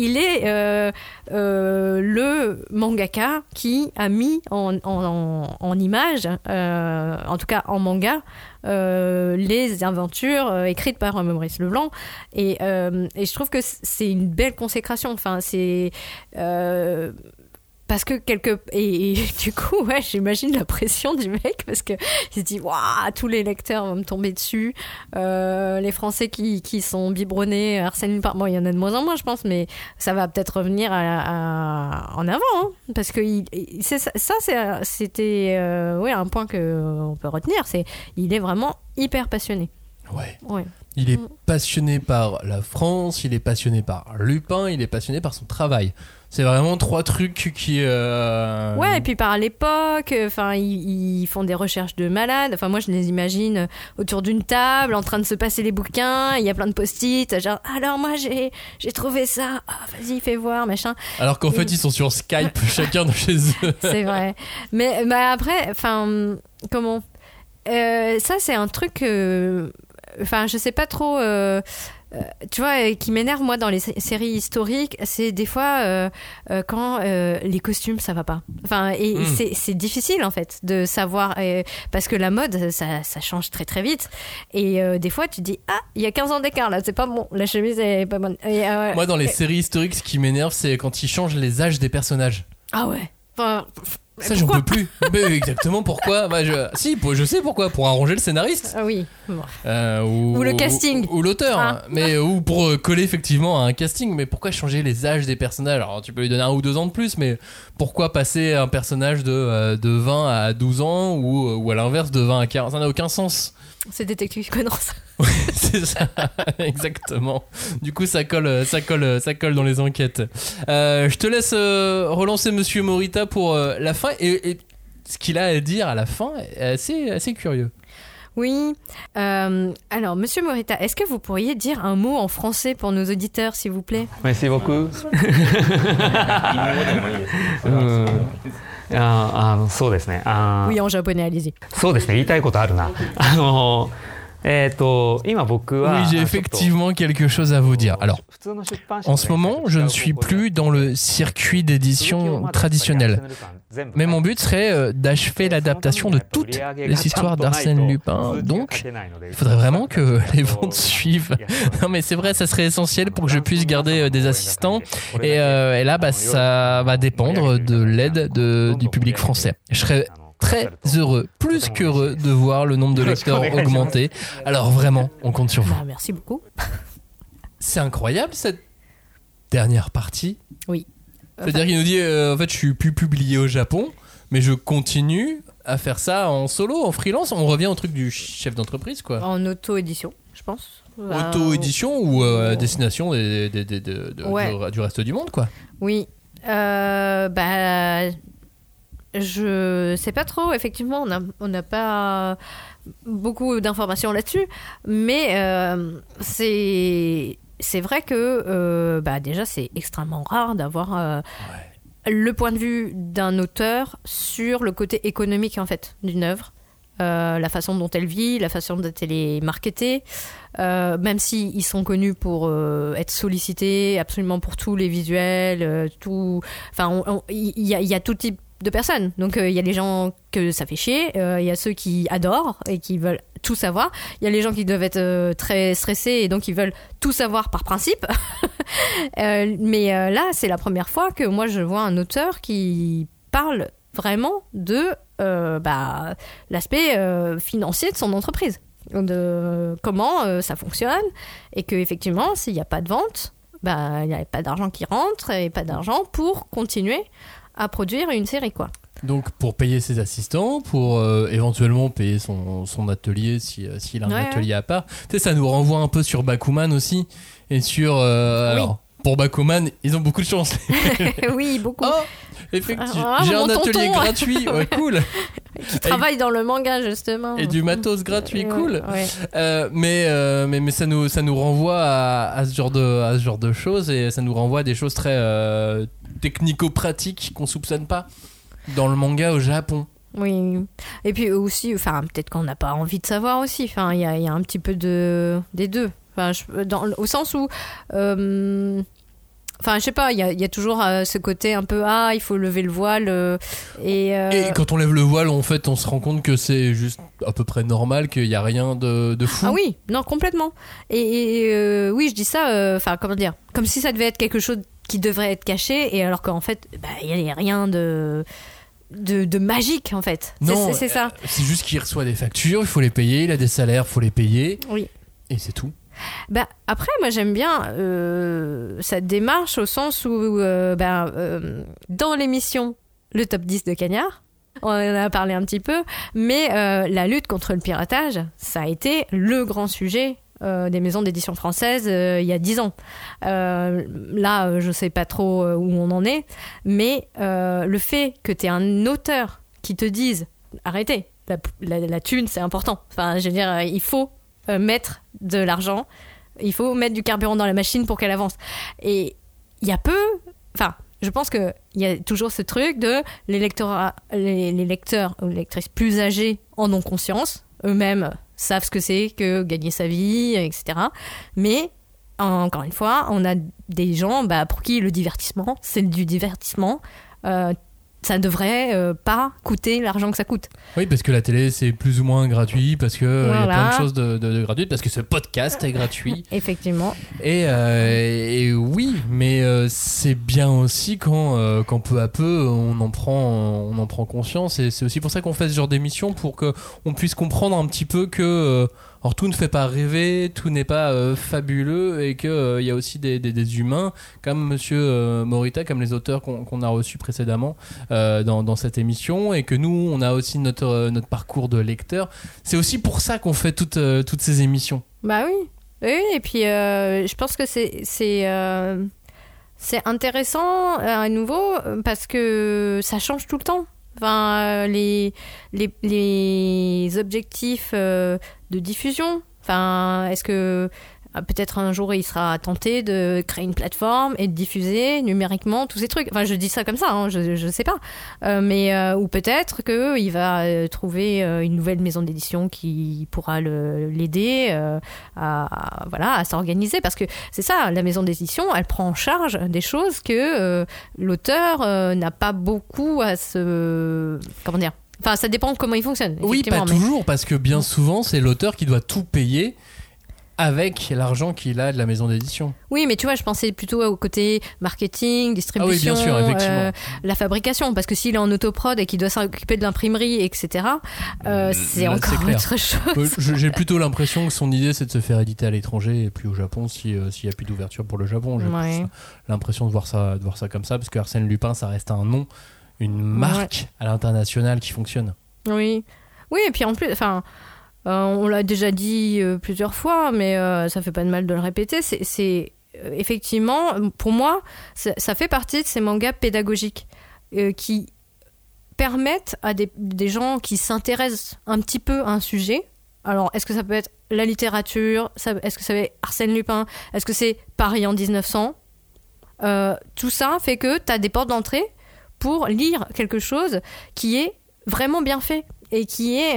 le mangaka qui a mis en image, en tout cas en manga, les aventures écrites par Maurice Leblanc, et je trouve que c'est une belle consécration. Enfin, c'est parce que et du coup, j'imagine la pression du mec, parce que il se dit waouh, tous les lecteurs vont me tomber dessus, les Français qui sont biberonnés Arsène Lupin. Bon, il y en a de moins en moins, je pense, mais ça va peut-être revenir en avant, hein, parce que c'était un point qu'on peut retenir, c'est il est vraiment hyper passionné. Ouais. Il est passionné par la France, il est passionné par Lupin, il est passionné par son travail. C'est vraiment trois trucs qui... Ouais, et puis par l'époque, ils font des recherches de malades. Enfin, moi, je les imagine autour d'une table, en train de se passer les bouquins. Il y a plein de post-it, genre, alors moi, j'ai trouvé ça. Ah, vas-y, fais voir, machin. Alors qu'en fait, ils sont sur Skype, chacun de chez eux. C'est vrai. Mais après, comment ça, c'est un truc... je sais pas trop... tu vois, qui m'énerve moi dans les séries historiques, c'est des fois quand les costumes ça va pas. C'est difficile en fait de savoir, parce que la mode ça change très très vite, et des fois tu te dis il y a 15 ans d'écart là, c'est pas bon, la chemise est pas bonne. Moi dans les séries historiques, ce qui m'énerve, c'est quand ils changent les âges des personnages. Ah ouais. Ça, j'en peux plus. Mais exactement pourquoi. Je sais pourquoi. Pour arranger le scénariste. Ah oui. Ou le casting. Ou l'auteur. Ou pour coller effectivement à un casting. Mais pourquoi changer les âges des personnages ? Alors, tu peux lui donner 1 ou 2 ans de plus, mais pourquoi passer un personnage de 20 à 12 ans ou à l'inverse de 20 à 40 ? Ça n'a aucun sens. C'est Détective Conan, ça. Oui, c'est ça, exactement. Du coup, ça colle dans les enquêtes. Je te laisse relancer Monsieur Morita pour la fin, et ce qu'il a à dire à la fin est assez curieux. Oui. Alors, Monsieur Morita, est-ce que vous pourriez dire un mot en français pour nos auditeurs, s'il vous plaît ? Merci beaucoup. そうですね。 Oui, en japonais, allez-y. そうですね。言いたいことあるな。今僕は Oui, j'ai effectivement quelque chose à vous dire. Alors, en ce moment, je ne suis plus dans le circuit d'édition traditionnel. Mais mon but serait d'achever l'adaptation de toutes les histoires d'Arsène Lupin. Donc, il faudrait vraiment que les ventes suivent. Non, mais c'est vrai, ça serait essentiel pour que je puisse garder des assistants. Et là, ça va dépendre de l'aide du public français. Je serais très heureux, plus qu'heureux, de voir le nombre de lecteurs augmenter. Alors vraiment, on compte sur vous. Merci beaucoup. C'est incroyable cette dernière partie. Oui. C'est-à-dire qu'il nous dit en fait je suis plus publié au Japon, mais je continue à faire ça en solo, en freelance. On revient au truc du chef d'entreprise, quoi. En auto-édition, je pense. Auto-édition ou à destination du reste du monde, quoi. Oui. Je sais pas trop, effectivement, on n'a pas beaucoup d'informations là-dessus, mais c'est vrai que déjà c'est extrêmement rare d'avoir le point de vue d'un auteur sur le côté économique en fait d'une œuvre, la façon dont elle vit, la façon dont elle est marketée, même si ils sont connus pour être sollicités absolument pour tous les visuels, il y a tout type de personnes. Donc il y a les gens que ça fait chier, il y a ceux qui adorent et qui veulent tout savoir, il y a les gens qui doivent être très stressés et donc ils veulent tout savoir par principe. Mais là c'est la première fois que moi je vois un auteur qui parle vraiment de l'aspect financier de son entreprise, de comment ça fonctionne, et que effectivement s'il n'y a pas de vente, il n'y a pas d'argent qui rentre et pas d'argent pour continuer à produire une série, quoi. Donc pour payer ses assistants, pour éventuellement payer son atelier s'il a un atelier à part. Tu sais, ça nous renvoie un peu sur Bakuman aussi. Et sur... alors, pour Bakuman, ils ont beaucoup de chance. Oui, beaucoup. Oh, effectivement. J'ai un atelier gratuit. Ouais, cool. Qui travaille dans le manga, justement. Et du matos gratuit, cool. Ouais. Mais ça nous renvoie à ce genre de choses, et ça nous renvoie à des choses très technico-pratiques qu'on soupçonne pas dans le manga au Japon. Oui. Et puis aussi, peut-être qu'on n'a pas envie de savoir aussi. Il y a un petit peu des deux. Au sens où... je sais pas, il y a toujours ce côté un peu il faut lever le voile et quand on lève le voile, en fait, on se rend compte que c'est juste à peu près normal, qu'il y a rien de fou. Ah oui, non, complètement. Et oui, je dis ça, comment dire, comme si ça devait être quelque chose qui devrait être caché, et alors qu'en fait, il y a rien de magique, en fait. Non, c'est ça. C'est juste qu'il reçoit des factures, il faut les payer, il a des salaires, il faut les payer. Oui. Et c'est tout. Après, moi j'aime bien cette démarche, au sens où dans l'émission Le Top 10 de Cagnard, on en a parlé un petit peu, mais la lutte contre le piratage, ça a été le grand sujet des maisons d'édition françaises il y a 10 ans. Là, je sais pas trop où on en est, mais le fait que tu aies un auteur qui te dise arrêtez, la thune c'est important. Je veux dire, il faut mettre de l'argent, il faut mettre du carburant dans la machine pour qu'elle avance. Et il y a je pense qu'il y a toujours ce truc de les lecteurs ou les lectrices plus âgés en ont conscience, eux-mêmes savent ce que c'est que gagner sa vie, etc. Mais encore une fois, on a des gens pour qui le divertissement, c'est du divertissement. Ça ne devrait pas coûter l'argent que ça coûte. Oui, parce que la télé, c'est plus ou moins gratuit, parce qu'il y a plein de choses de gratuites, parce que ce podcast est gratuit. Effectivement. Et oui, mais c'est bien aussi quand peu à peu, on en prend conscience. Et c'est aussi pour ça qu'on fait ce genre d'émission, pour qu'on puisse comprendre un petit peu que... alors tout ne fait pas rêver, tout n'est pas fabuleux, et qu'il y a aussi des humains comme Monsieur Morita, comme les auteurs qu'on a reçus précédemment dans cette émission, et que nous on a aussi notre parcours de lecteur. C'est aussi pour ça qu'on fait toutes ces émissions. Bah oui, et puis je pense que c'est intéressant à nouveau, parce que ça change tout le temps. Les objectifs de diffusion. Est-ce que peut-être un jour il sera tenté de créer une plateforme et de diffuser numériquement tous ces trucs. Enfin, je dis ça comme ça, hein, je sais pas. Ou peut-être qu'il va trouver une nouvelle maison d'édition qui pourra l'aider à s'organiser. Parce que c'est ça, la maison d'édition, elle prend en charge des choses que l'auteur n'a pas beaucoup à se... Comment dire ? Enfin, ça dépend de comment il fonctionne. Oui, pas toujours, parce que bien souvent, c'est l'auteur qui doit tout payer avec l'argent qu'il a de la maison d'édition. Oui, mais tu vois, je pensais plutôt au côté marketing, distribution, bien sûr, effectivement. La fabrication. Parce que s'il est en autoprod et qu'il doit s'occuper de l'imprimerie, etc., c'est là, encore autre chose. J'ai plutôt l'impression que son idée, c'est de se faire éditer à l'étranger et plus au Japon s'il n'y a plus d'ouverture pour le Japon. J'ai plus l'impression de voir ça comme ça, parce que Arsène Lupin, ça reste un nom, une marque à l'international qui fonctionne. Oui, et puis en plus... on l'a déjà dit plusieurs fois, mais ça fait pas de mal de le répéter. C'est effectivement, pour moi, ça fait partie de ces mangas pédagogiques qui permettent à des gens qui s'intéressent un petit peu à un sujet. Alors, est-ce que ça peut être la littérature ? Est-ce que ça peut être Arsène Lupin ? Est-ce que c'est Paris en 1900 ? Tout ça fait que tu as des portes d'entrée pour lire quelque chose qui est vraiment bien fait. Et qui est,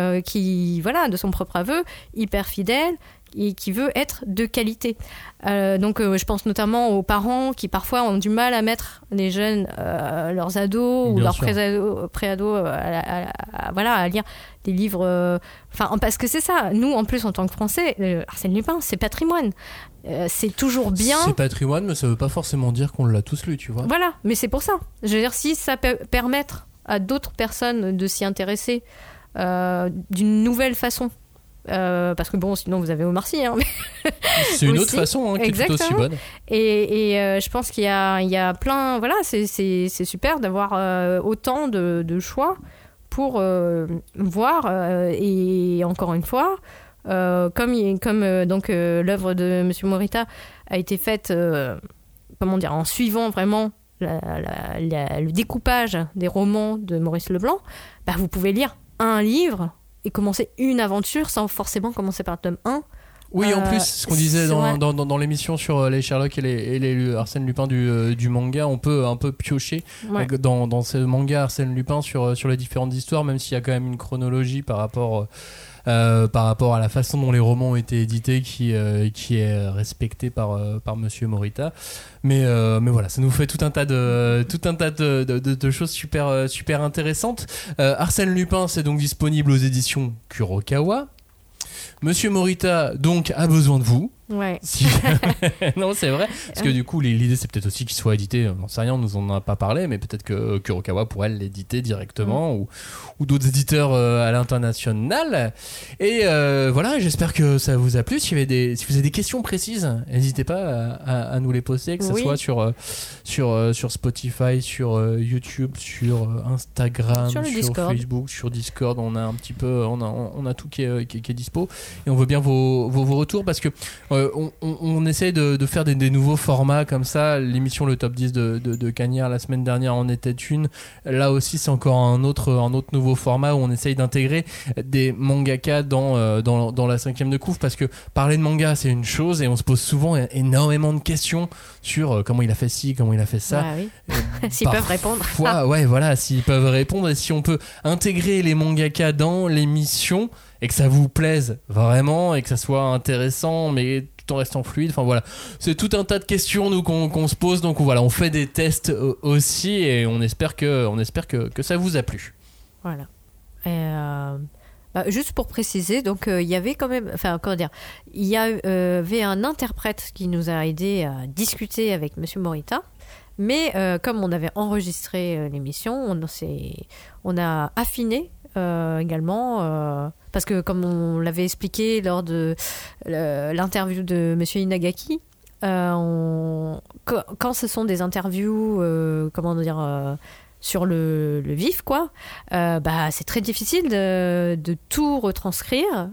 de son propre aveu, hyper fidèle et qui veut être de qualité. Donc, je pense notamment aux parents qui parfois ont du mal à mettre les jeunes, leurs ados ou leurs pré-ados, à lire des livres. Parce que c'est ça. Nous, en plus, en tant que Français, Arsène Lupin, c'est patrimoine. C'est toujours bien. C'est patrimoine, mais ça veut pas forcément dire qu'on l'a tous lu, tu vois. Voilà, mais c'est pour ça. Je veux dire, si ça peut permettre à d'autres personnes de s'y intéresser d'une nouvelle façon. Parce que bon, sinon vous avez Omar Sy. Hein, mais c'est une autre façon qui est tout aussi bonne. Et je pense qu'il y a plein... Voilà, c'est super d'avoir autant de choix pour voir. Et encore une fois, comme l'œuvre de M. Morita a été faite en suivant vraiment le découpage des romans de Maurice Leblanc, vous pouvez lire un livre et commencer une aventure sans forcément commencer par le tome 1. Oui, en plus, ce qu'on disait dans l'émission sur les Sherlock et les Arsène Lupin du manga, on peut un peu piocher dans ce manga Arsène Lupin sur les différentes histoires, même s'il y a quand même une chronologie par rapport à la façon dont les romans ont été édités qui est respectée par Monsieur Morita. Mais voilà, ça nous fait tout un tas de choses super intéressantes. Arsène Lupin, c'est donc disponible aux éditions Kurokawa. Monsieur Morita, donc, a besoin de vous. Ouais. Non, c'est vrai. Parce que du coup, l'idée, c'est peut-être aussi qu'il soit édité. On n'en sait rien, on nous en a pas parlé, mais peut-être que Kurokawa pourrait l'éditer directement ou d'autres éditeurs à l'international. Et voilà, j'espère que ça vous a plu. Si vous avez des questions précises, n'hésitez pas à nous les poser, que ce soit sur Spotify, sur YouTube, sur Instagram, sur Facebook, sur Discord. On a un petit peu, on a tout qui est dispo. Et on veut bien vos retours parce que on essaie de faire des nouveaux formats comme ça. L'émission Le Top 10 de Cagnard la semaine dernière en était une. Là aussi, c'est encore un autre nouveau format où on essaye d'intégrer des mangaka dans la 5e de couve, parce que parler de manga, c'est une chose et on se pose souvent énormément de questions sur comment il a fait ci, comment il a fait ça. S'ils peuvent répondre. S'ils peuvent répondre et si on peut intégrer les mangaka dans l'émission et que ça vous plaise vraiment et que ça soit intéressant mais tout en restant fluide. Enfin voilà, c'est tout un tas de questions nous qu'on se pose. Donc voilà, on fait des tests aussi et on espère que ça vous a plu. Voilà. Juste pour préciser, donc il y avait quand même, il y avait un interprète qui nous a aidé à discuter avec Monsieur Morita. Mais comme on avait enregistré l'émission, on a affiné également, parce que comme on l'avait expliqué lors de l'interview de Monsieur Inagaki, quand ce sont des interviews, sur le vif, quoi, c'est très difficile de tout retranscrire,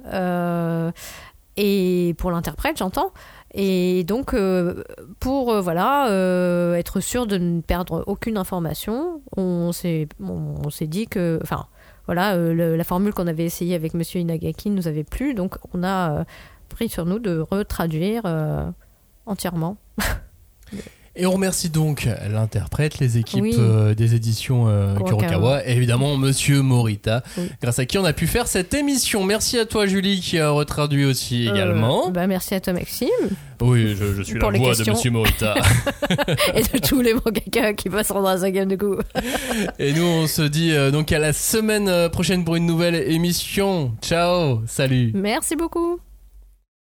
et pour l'interprète, j'entends. Et donc, pour être sûr de ne perdre aucune information, on s'est dit que, la formule qu'on avait essayée avec Monsieur Inagaki nous avait plu, donc on a pris sur nous de retraduire entièrement. Et on remercie donc l'interprète, les équipes des éditions Kurokawa, et évidemment Monsieur Morita, grâce à qui on a pu faire cette émission. Merci à toi Julie qui a retraduit aussi également. Merci à toi Maxime. Oui, je suis la voix de Monsieur Morita. Et de tous les mangaka qui passeront dans la game de coup. Et nous on se dit donc à la semaine prochaine pour une nouvelle émission. Ciao, salut. Merci beaucoup.